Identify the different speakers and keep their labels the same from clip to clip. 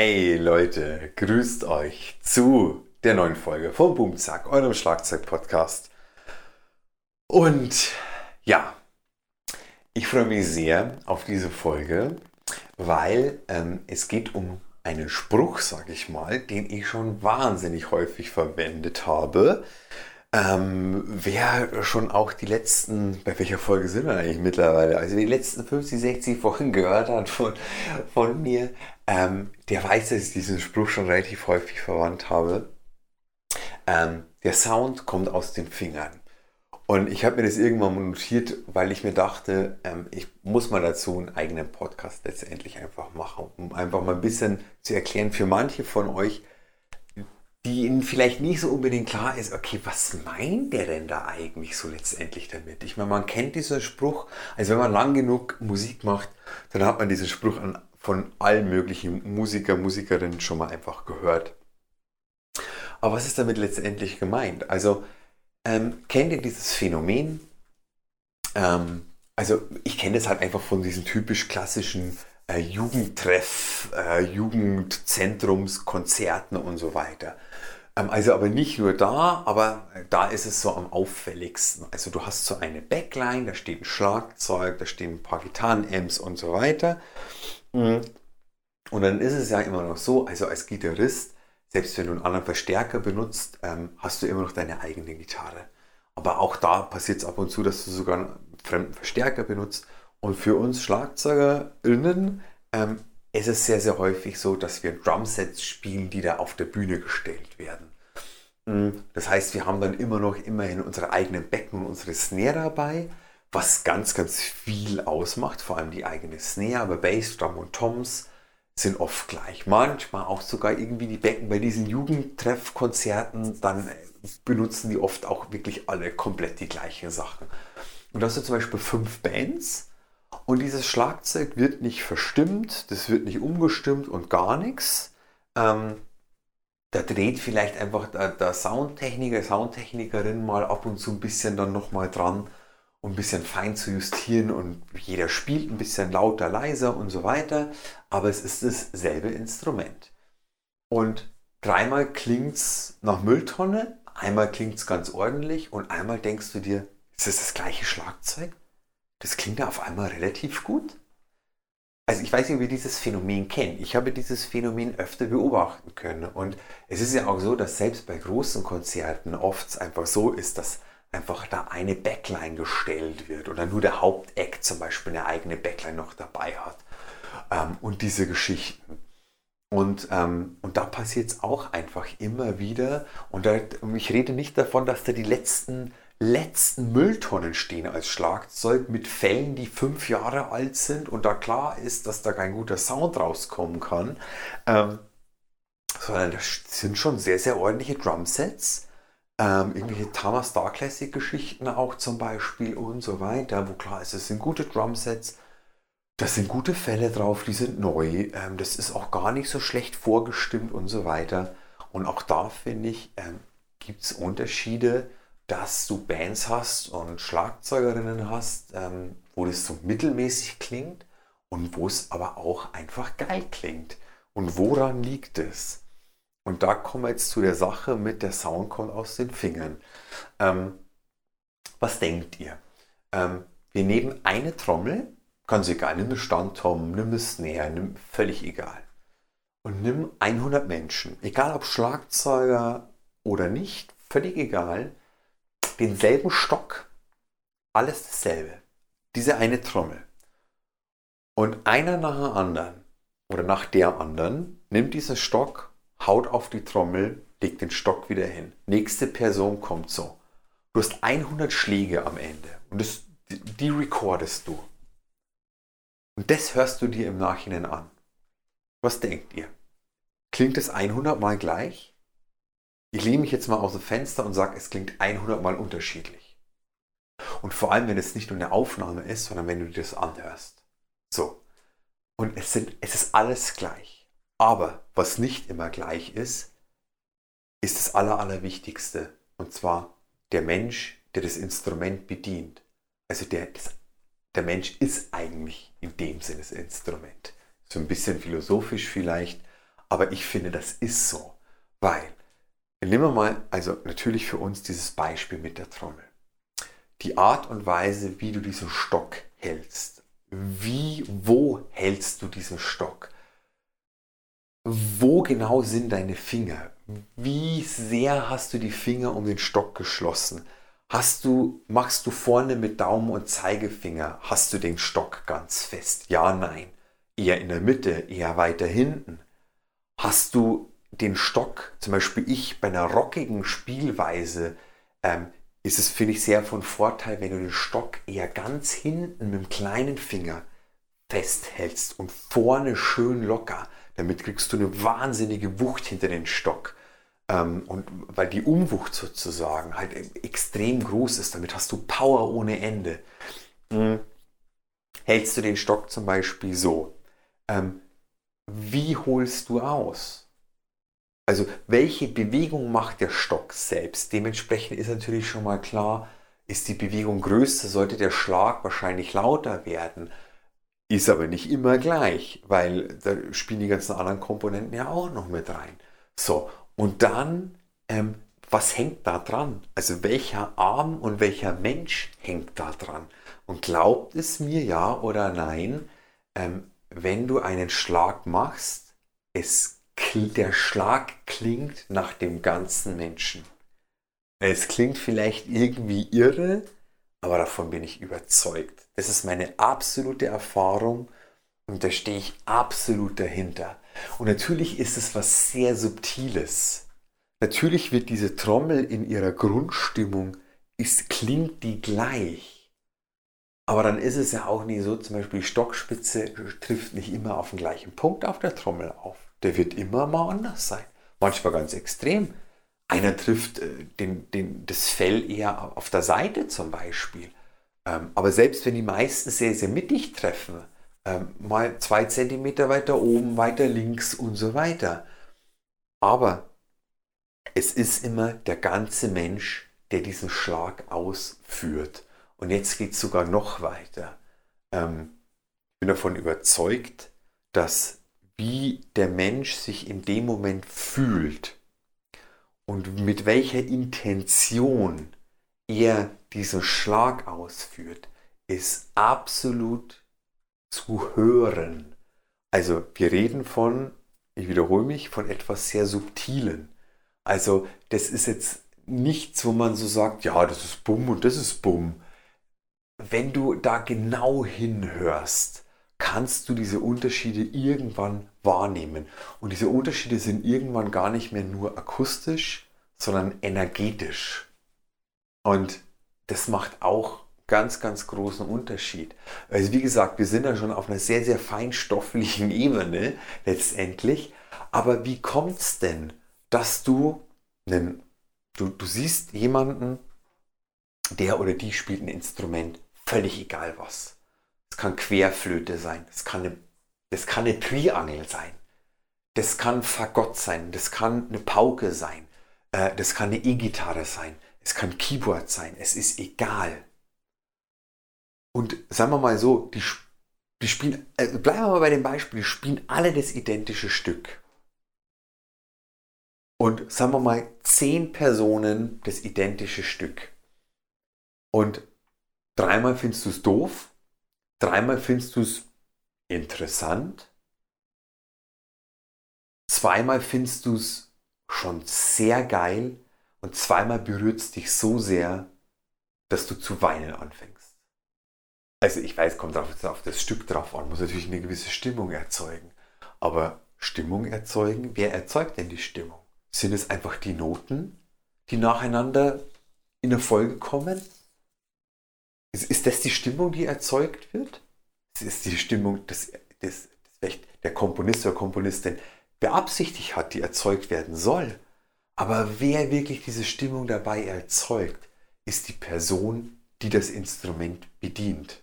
Speaker 1: Hey Leute, grüßt euch zu der neuen Folge von Boomzack, eurem Schlagzeug-Podcast. Und ja, ich freue mich sehr auf diese Folge, weil es geht um einen Spruch, sage ich mal, den ich schon wahnsinnig häufig verwendet habe. Wer schon auch bei welcher Folge sind wir eigentlich mittlerweile? Also die letzten 50, 60 Folgen gehört hat von mir, der weiß, dass ich diesen Spruch schon relativ häufig verwandt habe. Der Sound kommt aus den Fingern. Und ich habe mir das irgendwann mal notiert, weil ich mir dachte, ich muss mal dazu einen eigenen Podcast letztendlich einfach machen, um einfach mal ein bisschen zu erklären für manche von euch, die ihnen vielleicht nicht so unbedingt klar ist, okay, was meint der denn da eigentlich so letztendlich damit? Ich meine, man kennt diesen Spruch, also wenn man lang genug Musik macht, dann hat man diesen Spruch von allen möglichen Musikerinnen schon mal einfach gehört. Aber was ist damit letztendlich gemeint? Also, kennt ihr dieses Phänomen? Also ich kenne das halt einfach von diesen typisch klassischen Jugendtreff, Jugendzentrumskonzerten und so weiter. Also aber nicht nur da, aber da ist es so am auffälligsten. Also du hast so eine Backline, da steht ein Schlagzeug, da stehen ein paar Gitarrenamps und so weiter. Und dann ist es ja immer noch so, also als Gitarrist, selbst wenn du einen anderen Verstärker benutzt, hast du immer noch deine eigene Gitarre. Aber auch da passiert es ab und zu, dass du sogar einen fremden Verstärker benutzt. Und für uns SchlagzeugerInnen ist es sehr, sehr häufig so, dass wir Drumsets spielen, die da auf der Bühne gestellt werden. Das heißt, wir haben dann immerhin unsere eigenen Becken und unsere Snare dabei, was ganz, ganz viel ausmacht, vor allem die eigene Snare, aber Bass, Drum und Toms sind oft gleich. Manchmal auch sogar irgendwie die Becken bei diesen Jugendtreffkonzerten, dann benutzen die oft auch wirklich alle komplett die gleichen Sachen. Und da hast du zum Beispiel 5 Bands und dieses Schlagzeug wird nicht verstimmt, das wird nicht umgestimmt und gar nichts. Da dreht vielleicht einfach der Soundtechniker, Soundtechnikerin mal ab und zu ein bisschen dann nochmal dran, um ein bisschen fein zu justieren, und jeder spielt ein bisschen lauter, leiser und so weiter, aber es ist dasselbe Instrument. Und dreimal klingt es nach Mülltonne, einmal klingt es ganz ordentlich und einmal denkst du dir, ist das gleiche Schlagzeug? Das klingt ja auf einmal relativ gut. Also ich weiß nicht, ob ihr dieses Phänomen kennt. Ich habe dieses Phänomen öfter beobachten können. Und es ist ja auch so, dass selbst bei großen Konzerten oft einfach so ist, dass einfach da eine Backline gestellt wird oder nur der Hauptact zum Beispiel eine eigene Backline noch dabei hat. Und diese Geschichten. Und da passiert es auch einfach immer wieder. Und ich rede nicht davon, dass da die letzten Mülltonnen stehen als Schlagzeug mit Fällen, die 5 Jahre alt sind und da klar ist, dass da kein guter Sound rauskommen kann. Sondern das sind schon sehr, sehr ordentliche Drumsets. Irgendwelche Tama Star Classic Geschichten auch zum Beispiel und so weiter, wo klar ist, es sind gute Drumsets. Das sind gute Fälle drauf, die sind neu. Das ist auch gar nicht so schlecht vorgestimmt und so weiter. Und auch da finde ich, gibt es Unterschiede, dass du Bands hast und Schlagzeugerinnen hast, wo das so mittelmäßig klingt und wo es aber auch einfach geil klingt. Und woran liegt es? Und da kommen wir jetzt zu der Sache mit der Sound kommt aus den Fingern. Was denkt ihr? Wir nehmen eine Trommel, ganz egal, nimm eine Standtom, nimm eine Snare, völlig egal. Und nimm 100 Menschen, egal ob Schlagzeuger oder nicht, völlig egal, denselben Stock, alles dasselbe, diese eine Trommel. Und einer nach der anderen oder nach der anderen nimmt diesen Stock, haut auf die Trommel, legt den Stock wieder hin. Nächste Person kommt so. Du hast 100 Schläge am Ende und die recordest du. Und das hörst du dir im Nachhinein an. Was denkt ihr? Klingt es 100 Mal gleich? Ich lehne mich jetzt mal aus dem Fenster und sage, es klingt 100 Mal unterschiedlich. Und vor allem, wenn es nicht nur eine Aufnahme ist, sondern wenn du dir das anhörst. So. Und es ist alles gleich. Aber was nicht immer gleich ist das Allerwichtigste. Und zwar der Mensch, der das Instrument bedient. Also der Mensch ist eigentlich in dem Sinne das Instrument. So ein bisschen philosophisch vielleicht, aber ich finde, das ist so. Weil, nehmen wir mal, also natürlich für uns dieses Beispiel mit der Trommel. Die Art und Weise, wie du diesen Stock hältst. Wo hältst du diesen Stock? Wo genau sind deine Finger? Wie sehr hast du die Finger um den Stock geschlossen? Machst du vorne mit Daumen und Zeigefinger, hast du den Stock ganz fest? Ja, nein. Eher in der Mitte, eher weiter hinten. Hast du den Stock, zum Beispiel ich bei einer rockigen Spielweise, ist es, finde ich, sehr von Vorteil, wenn du den Stock eher ganz hinten mit dem kleinen Finger festhältst und vorne schön locker. Damit kriegst du eine wahnsinnige Wucht hinter den Stock. Und weil die Umwucht sozusagen halt extrem groß ist, damit hast du Power ohne Ende. Hältst du den Stock zum Beispiel so. Wie holst du aus? Also welche Bewegung macht der Stock selbst? Dementsprechend ist natürlich schon mal klar, ist die Bewegung größer, sollte der Schlag wahrscheinlich lauter werden. Ist aber nicht immer gleich, weil da spielen die ganzen anderen Komponenten ja auch noch mit rein. So, und dann, was hängt da dran? Also welcher Arm und welcher Mensch hängt da dran? Und glaubt es mir, ja oder nein, wenn du einen Schlag machst, der Schlag klingt nach dem ganzen Menschen. Es klingt vielleicht irgendwie irre, aber davon bin ich überzeugt. Das ist meine absolute Erfahrung und da stehe ich absolut dahinter. Und natürlich ist es was sehr Subtiles. Natürlich wird diese Trommel in ihrer Grundstimmung, klingt die gleich. Aber dann ist es ja auch nie so, zum Beispiel die Stockspitze trifft nicht immer auf den gleichen Punkt auf der Trommel auf. Der wird immer mal anders sein. Manchmal ganz extrem. Einer trifft das Fell eher auf der Seite zum Beispiel. Aber selbst wenn die meisten sehr, sehr mittig treffen, mal 2 Zentimeter weiter oben, weiter links und so weiter. Aber es ist immer der ganze Mensch, der diesen Schlag ausführt. Und jetzt geht es sogar noch weiter. Ich bin davon überzeugt, dass wie der Mensch sich in dem Moment fühlt und mit welcher Intention er diesen Schlag ausführt, ist absolut zu hören. Also wir reden ich wiederhole mich, von etwas sehr Subtilen. Also das ist jetzt nichts, wo man so sagt, ja, das ist Bumm und das ist Bumm. Wenn du da genau hinhörst, kannst du diese Unterschiede irgendwann wahrnehmen. Und diese Unterschiede sind irgendwann gar nicht mehr nur akustisch, sondern energetisch. Und das macht auch ganz, ganz großen Unterschied. Also wie gesagt, wir sind da schon auf einer sehr, sehr feinstofflichen Ebene letztendlich. Aber wie kommt es denn, dass du siehst jemanden, der oder die spielt ein Instrument, völlig egal was. Es kann Querflöte sein, das kann eine Triangel sein, das kann Fagott sein, das kann eine Pauke sein, das kann eine E-Gitarre sein, es kann Keyboard sein, es ist egal. Und sagen wir mal so, die spielen, bleiben wir mal bei dem Beispiel, die spielen alle das identische Stück. Und sagen wir mal 10 Personen das identische Stück. Und 3-mal findest du es doof, 3-mal findest du es interessant, 2-mal findest du es schon sehr geil und 2-mal berührt es dich so sehr, dass du zu weinen anfängst. Also ich weiß, kommt auf das Stück drauf an, muss natürlich eine gewisse Stimmung erzeugen. Aber Stimmung erzeugen, wer erzeugt denn die Stimmung? Sind es einfach die Noten, die nacheinander in der Folge kommen? Ist das die Stimmung, die erzeugt wird? Das ist die Stimmung, das vielleicht der Komponist oder Komponistin beabsichtigt hat, die erzeugt werden soll. Aber wer wirklich diese Stimmung dabei erzeugt, ist die Person, die das Instrument bedient.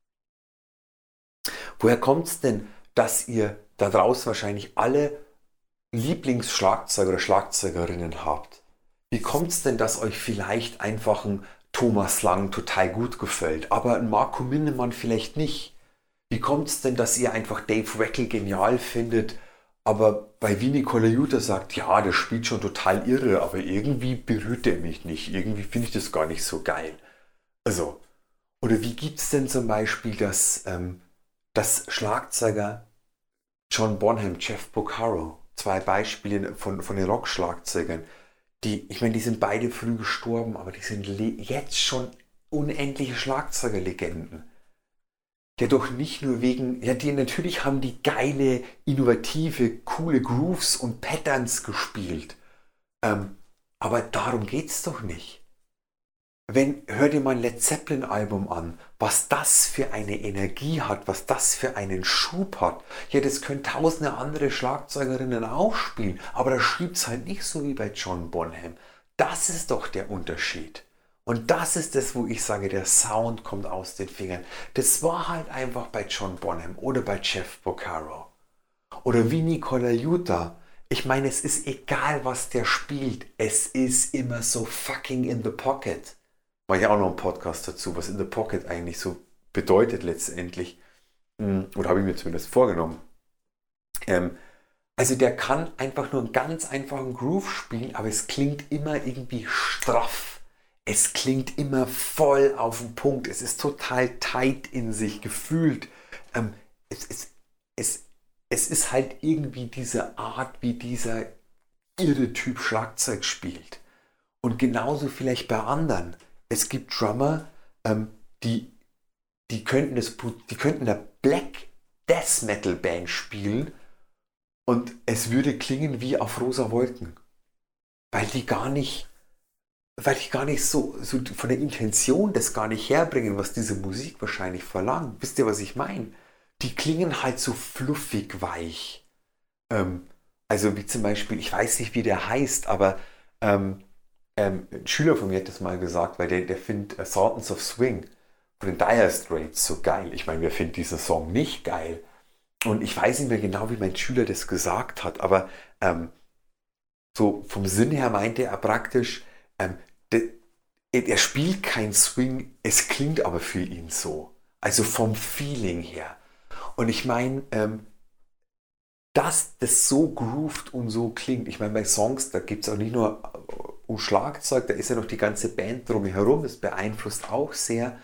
Speaker 1: Woher kommt es denn, dass ihr da draußen wahrscheinlich alle Lieblingsschlagzeuger oder Schlagzeugerinnen habt? Wie kommt es denn, dass euch vielleicht einfach ein Thomas Lang total gut gefällt, aber ein Marco Minnemann vielleicht nicht? Wie kommt es denn, dass ihr einfach Dave Weckl genial findet, Aber bei Vinny Colaiuta sagt, ja, der spielt schon total irre, aber irgendwie berührt er mich nicht. Irgendwie finde ich das gar nicht so geil. Also, oder wie gibt es denn zum Beispiel das Schlagzeuger John Bonham, Jeff Porcaro, zwei Beispiele von den Rock-Schlagzeugern, ich meine, die sind beide früh gestorben, aber die sind jetzt schon unendliche Schlagzeugerlegenden. Der doch nicht nur wegen, ja, die natürlich haben die geile, innovative, coole Grooves und Patterns gespielt. Aber darum geht's doch nicht. Hör dir mal ein Led Zeppelin Album an, was das für eine Energie hat, was das für einen Schub hat. Ja, das können tausende andere Schlagzeugerinnen auch spielen, aber da schrieb's halt nicht so wie bei John Bonham. Das ist doch der Unterschied. Und das ist das, wo ich sage, der Sound kommt aus den Fingern. Das war halt einfach bei John Bonham oder bei Jeff Porcaro. Oder wie Nicola Jutta. Ich meine, es ist egal, was der spielt. Es ist immer so fucking in the pocket. Mache ich auch noch einen Podcast dazu, was in the pocket eigentlich so bedeutet letztendlich. Oder habe ich mir zumindest vorgenommen. Also der kann einfach nur einen ganz einfachen Groove spielen, aber es klingt immer irgendwie straff. Es klingt immer voll auf den Punkt. Es ist total tight in sich gefühlt. Es, es, es, es ist halt irgendwie diese Art, wie dieser irre Typ Schlagzeug spielt. Und genauso vielleicht bei anderen. Es gibt Drummer, die könnten eine Black Death Metal Band spielen und es würde klingen wie auf rosa Wolken. Weil die gar nicht so von der Intention das gar nicht herbringen, was diese Musik wahrscheinlich verlangt. Wisst ihr, was ich meine? Die klingen halt so fluffig weich. Also wie zum Beispiel, ich weiß nicht, wie der heißt, aber ein Schüler von mir hat das mal gesagt, weil der findet Sultans of Swing von den Dire Straits so geil. Ich meine, wer findet diesen Song nicht geil? Und ich weiß nicht mehr genau, wie mein Schüler das gesagt hat, aber so vom Sinn her meinte er praktisch, er spielt kein Swing, es klingt aber für ihn so. Also vom Feeling her. Und ich meine, dass das so grooved und so klingt. Ich meine, bei Songs, da gibt es auch nicht nur Schlagzeug, da ist ja noch die ganze Band drumherum, das beeinflusst auch sehr.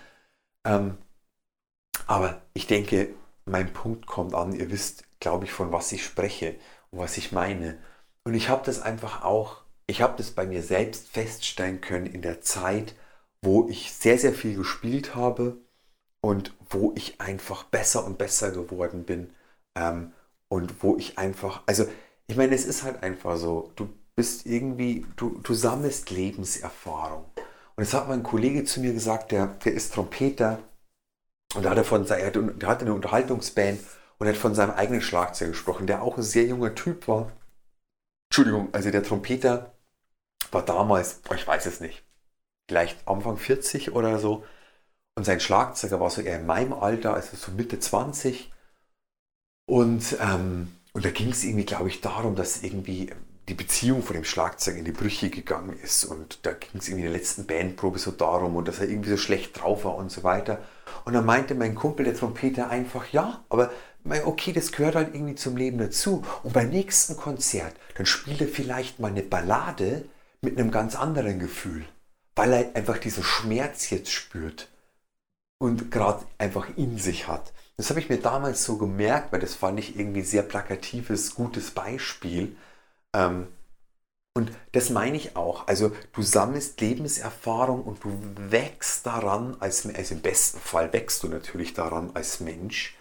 Speaker 1: Aber ich denke, mein Punkt kommt an, ihr wisst, glaube ich, von was ich spreche und was ich meine. Und ich habe das bei mir selbst feststellen können in der Zeit, wo ich sehr, sehr viel gespielt habe und wo ich einfach besser und besser geworden bin. Und wo ich einfach, also ich meine, es ist halt einfach so, du bist irgendwie, du sammelst Lebenserfahrung. Und es hat mal ein Kollege zu mir gesagt, der ist Trompeter und der hatte eine Unterhaltungsband und hat von seinem eigenen Schlagzeug gesprochen, der auch ein sehr junger Typ war. Entschuldigung, also der Trompeter war damals, ich weiß es nicht, vielleicht Anfang 40 oder so. Und sein Schlagzeuger war so eher in meinem Alter, also so Mitte 20. Und da ging es irgendwie, glaube ich, darum, dass irgendwie die Beziehung von dem Schlagzeug in die Brüche gegangen ist. Und da ging es irgendwie in der letzten Bandprobe so darum und dass er irgendwie so schlecht drauf war und so weiter. Und dann meinte mein Kumpel, der Trompeter, einfach, ja, aber okay, das gehört halt irgendwie zum Leben dazu. Und beim nächsten Konzert, dann spielt er vielleicht mal eine Ballade mit einem ganz anderen Gefühl, weil er einfach diesen Schmerz jetzt spürt und gerade einfach in sich hat. Das habe ich mir damals so gemerkt, weil das fand ich irgendwie sehr plakatives, gutes Beispiel. Und das meine ich auch. Also du sammelst Lebenserfahrung und du wächst daran, also im besten Fall wächst du natürlich daran als Mensch.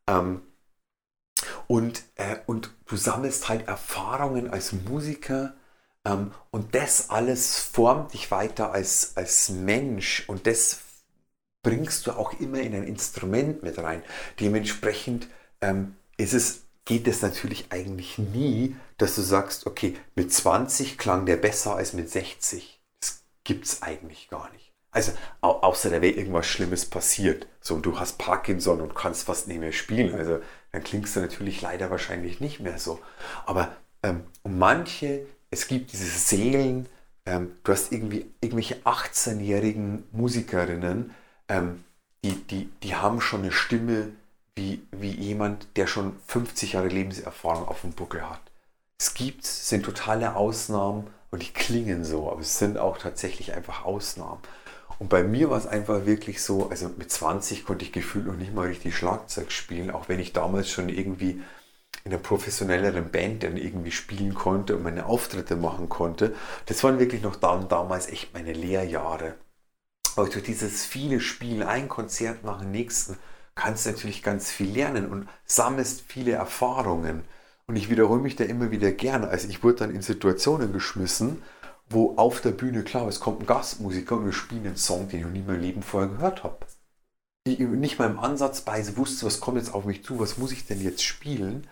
Speaker 1: Und du sammelst halt Erfahrungen als Musiker. Und das alles formt dich weiter als Mensch. Und das bringst du auch immer in ein Instrument mit rein. Dementsprechend geht es natürlich eigentlich nie, dass du sagst, okay, mit 20 klang der besser als mit 60. Das gibt es eigentlich gar nicht. Also außer da wäre irgendwas Schlimmes passiert. So, du hast Parkinson und kannst fast nicht mehr spielen. Also dann klingst du natürlich leider wahrscheinlich nicht mehr so. Aber es gibt diese Seelen, du hast irgendwelche 18-jährigen Musikerinnen, die haben schon eine Stimme wie jemand, der schon 50 Jahre Lebenserfahrung auf dem Buckel hat. Sind totale Ausnahmen und die klingen so, aber es sind auch tatsächlich einfach Ausnahmen. Und bei mir war es einfach wirklich so, also mit 20 konnte ich gefühlt noch nicht mal richtig Schlagzeug spielen, auch wenn ich damals schon irgendwie in einer professionelleren Band dann irgendwie spielen konnte und meine Auftritte machen konnte. Das waren wirklich noch damals echt meine Lehrjahre. Aber durch dieses viele Spielen, ein Konzert nach dem nächsten, kannst du natürlich ganz viel lernen und sammelst viele Erfahrungen. Und ich wiederhole mich da immer wieder gerne. Also ich wurde dann in Situationen geschmissen, wo auf der Bühne, klar, es kommt ein Gastmusiker und wir spielen einen Song, den ich noch nie in meinem Leben vorher gehört habe. Ich nicht mal im Ansatzweise wusste, was kommt jetzt auf mich zu, was muss ich denn jetzt spielen?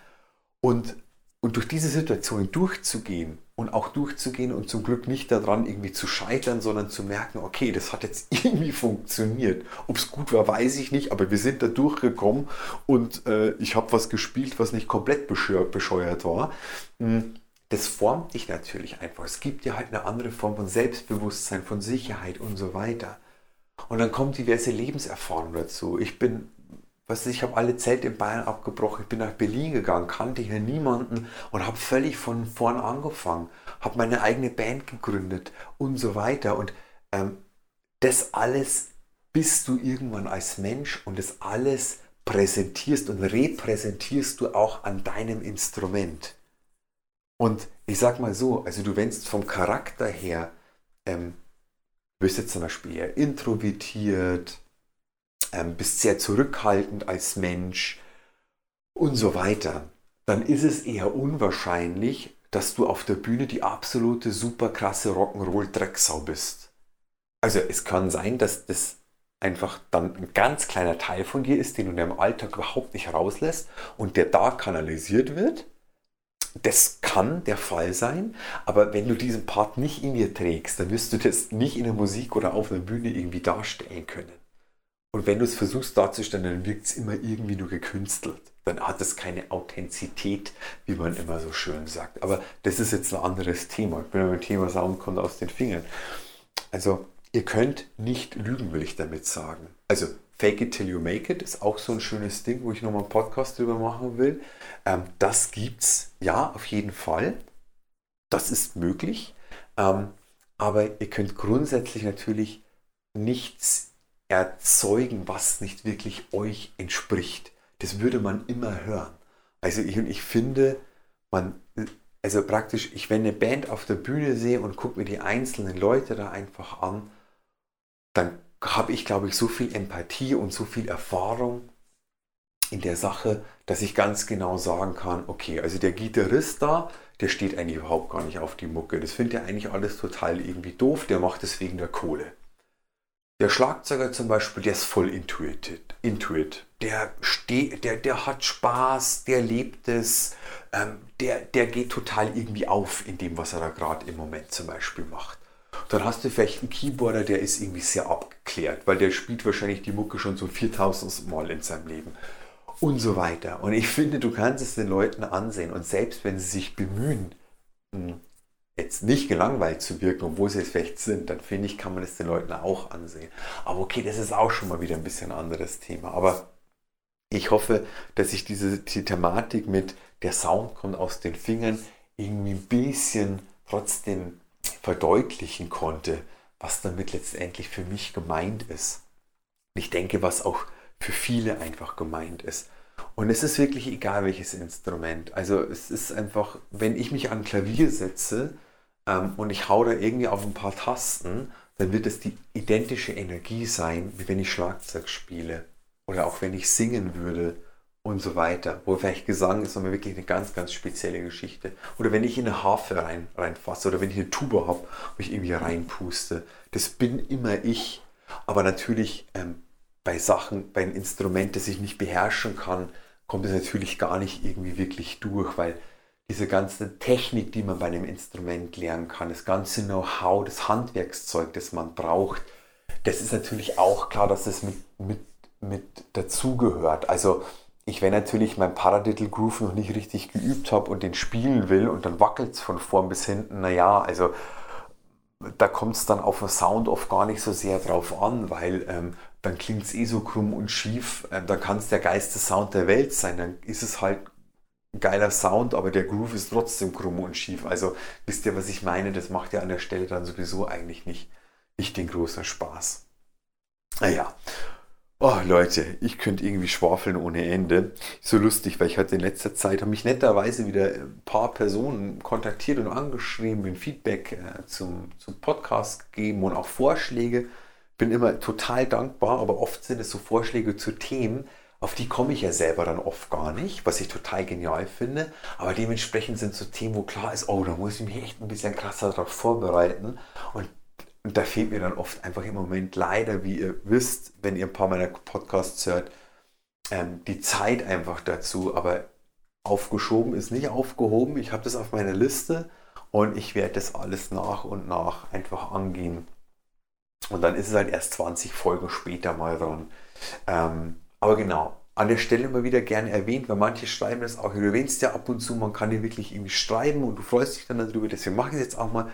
Speaker 1: Und durch diese Situation durchzugehen und zum Glück nicht daran irgendwie zu scheitern, sondern zu merken, okay, das hat jetzt irgendwie funktioniert. Ob es gut war, weiß ich nicht, aber wir sind da durchgekommen und ich habe was gespielt, was nicht komplett bescheuert war. Das formt dich natürlich einfach. Es gibt ja halt eine andere Form von Selbstbewusstsein, von Sicherheit und so weiter. Und dann kommt diverse Lebenserfahrung dazu. Ich habe alle Zelte in Bayern abgebrochen, ich bin nach Berlin gegangen, kannte hier niemanden und habe völlig von vorn angefangen, habe meine eigene Band gegründet und so weiter. Und das alles bist du irgendwann als Mensch und das alles präsentierst und repräsentierst du auch an deinem Instrument. Und ich sag mal so, also du wennst vom Charakter her, bist jetzt zum Beispiel eher introvertiert, bist sehr zurückhaltend als Mensch und so weiter, dann ist es eher unwahrscheinlich, dass du auf der Bühne die absolute super krasse Rock'n'Roll-Drecksau bist. Also es kann sein, dass das einfach dann ein ganz kleiner Teil von dir ist, den du in deinem Alltag überhaupt nicht rauslässt und der da kanalisiert wird. Das kann der Fall sein, aber wenn du diesen Part nicht in dir trägst, dann wirst du das nicht in der Musik oder auf der Bühne irgendwie darstellen können. Und wenn du es versuchst darzustellen, dann wirkt es immer irgendwie nur gekünstelt. Dann hat es keine Authentizität, wie man immer so schön sagt. Aber das ist jetzt ein anderes Thema. Ich bin beim Thema Sound kommt aus den Fingern. Also ihr könnt nicht lügen, will ich damit sagen. Also Fake it till you make it ist auch so ein schönes Ding, wo ich nochmal einen Podcast drüber machen will. Das gibt's, ja, auf jeden Fall. Das ist möglich. Aber ihr könnt grundsätzlich natürlich nichts erzeugen, was nicht wirklich euch entspricht. Das würde man immer hören. Also ich finde, also praktisch, wenn eine Band auf der Bühne sehe und gucke mir die einzelnen Leute da einfach an, dann habe ich, glaube ich, so viel Empathie und so viel Erfahrung in der Sache, dass ich ganz genau sagen kann, okay, also der Gitarrist da, der steht eigentlich überhaupt gar nicht auf die Mucke. Das findet er eigentlich alles total irgendwie doof, der macht es wegen der Kohle. Der Schlagzeuger zum Beispiel, der ist voll Intuit. Der hat Spaß, der lebt es, der geht total irgendwie auf in dem, was er da gerade im Moment zum Beispiel macht. Dann hast du vielleicht einen Keyboarder, der ist irgendwie sehr abgeklärt, weil der spielt wahrscheinlich die Mucke schon so 4000 Mal in seinem Leben und so weiter. Und ich finde, du kannst es den Leuten ansehen und selbst wenn sie sich bemühen, jetzt nicht gelangweilt zu wirken, obwohl sie es vielleicht sind, dann finde ich, kann man es den Leuten auch ansehen. Aber okay, das ist auch schon mal wieder ein bisschen ein anderes Thema. Aber ich hoffe, dass ich die Thematik mit der Sound kommt aus den Fingern irgendwie ein bisschen trotzdem verdeutlichen konnte, was damit letztendlich für mich gemeint ist. Ich denke, was auch für viele einfach gemeint ist. Und es ist wirklich egal, welches Instrument. Also es ist einfach, wenn ich mich an ein Klavier setze und ich hau da irgendwie auf ein paar Tasten, dann wird es die identische Energie sein, wie wenn ich Schlagzeug spiele. Oder auch wenn ich singen würde und so weiter. Wo vielleicht Gesang ist nochmal wirklich eine ganz, ganz spezielle Geschichte. Oder wenn ich in eine Harfe reinfasse oder wenn ich eine Tuba habe, wo ich irgendwie reinpuste. Das bin immer ich. Aber natürlich bei einem Instrument, das ich nicht beherrschen kann, kommt es natürlich gar nicht irgendwie wirklich durch, weil diese ganze Technik, die man bei einem Instrument lernen kann, das ganze Know-how, das Handwerkszeug, das man braucht, das ist natürlich auch klar, dass das mit dazugehört. Also wenn natürlich mein Paradiddle Groove noch nicht richtig geübt habe und den spielen will und dann wackelt es von vorn bis hinten, naja, also da kommt es dann auf den Sound oft gar nicht so sehr drauf an, weil dann klingt es eh so krumm und schief. Da kann es der geilste Sound der Welt sein. Dann ist es halt ein geiler Sound, aber der Groove ist trotzdem krumm und schief. Also wisst ihr, was ich meine? Das macht ja an der Stelle dann sowieso eigentlich nicht den großen Spaß. Naja. Oh Leute, ich könnte irgendwie schwafeln ohne Ende. So lustig, weil ich hatte in letzter Zeit, haben mich netterweise wieder ein paar Personen kontaktiert und angeschrieben, mir Feedback zum Podcast gegeben und auch Vorschläge. Bin immer total dankbar, aber oft sind es so Vorschläge zu Themen, auf die komme ich ja selber dann oft gar nicht, was ich total genial finde. Aber dementsprechend sind so Themen, wo klar ist, oh, da muss ich mich echt ein bisschen krasser darauf vorbereiten. Und da fehlt mir dann oft einfach im Moment leider, wie ihr wisst, wenn ihr ein paar meiner Podcasts hört, die Zeit einfach dazu. Aber aufgeschoben ist nicht aufgehoben. Ich habe das auf meiner Liste und ich werde das alles nach und nach einfach angehen. Und dann ist es halt erst 20 Folgen später mal dran. Aber genau, an der Stelle immer wieder gerne erwähnt, weil manche schreiben das auch. Du erwähnst ja ab und zu, man kann dir wirklich irgendwie schreiben und du freust dich dann darüber. Deswegen mache ich es jetzt auch mal.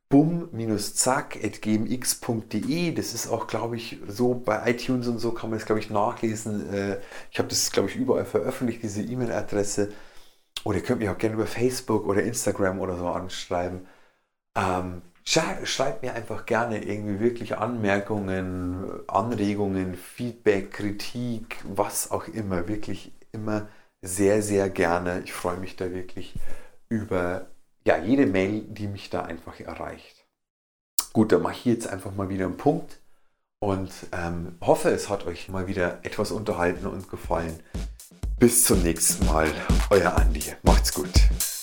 Speaker 1: bum-zack@gmx.de. Das ist auch, glaube ich, so bei iTunes und so kann man das, glaube ich, nachlesen. Ich habe das, glaube ich, überall veröffentlicht, diese E-Mail-Adresse. Oder ihr könnt mich auch gerne über Facebook oder Instagram oder so anschreiben. Schreibt mir einfach gerne irgendwie wirklich Anmerkungen, Anregungen, Feedback, Kritik, was auch immer. Wirklich immer sehr, sehr gerne. Ich freue mich da wirklich über jede Mail, die mich da einfach erreicht. Gut, dann mache ich jetzt einfach mal wieder einen Punkt und hoffe, es hat euch mal wieder etwas unterhalten und gefallen. Bis zum nächsten Mal, euer Andi. Macht's gut.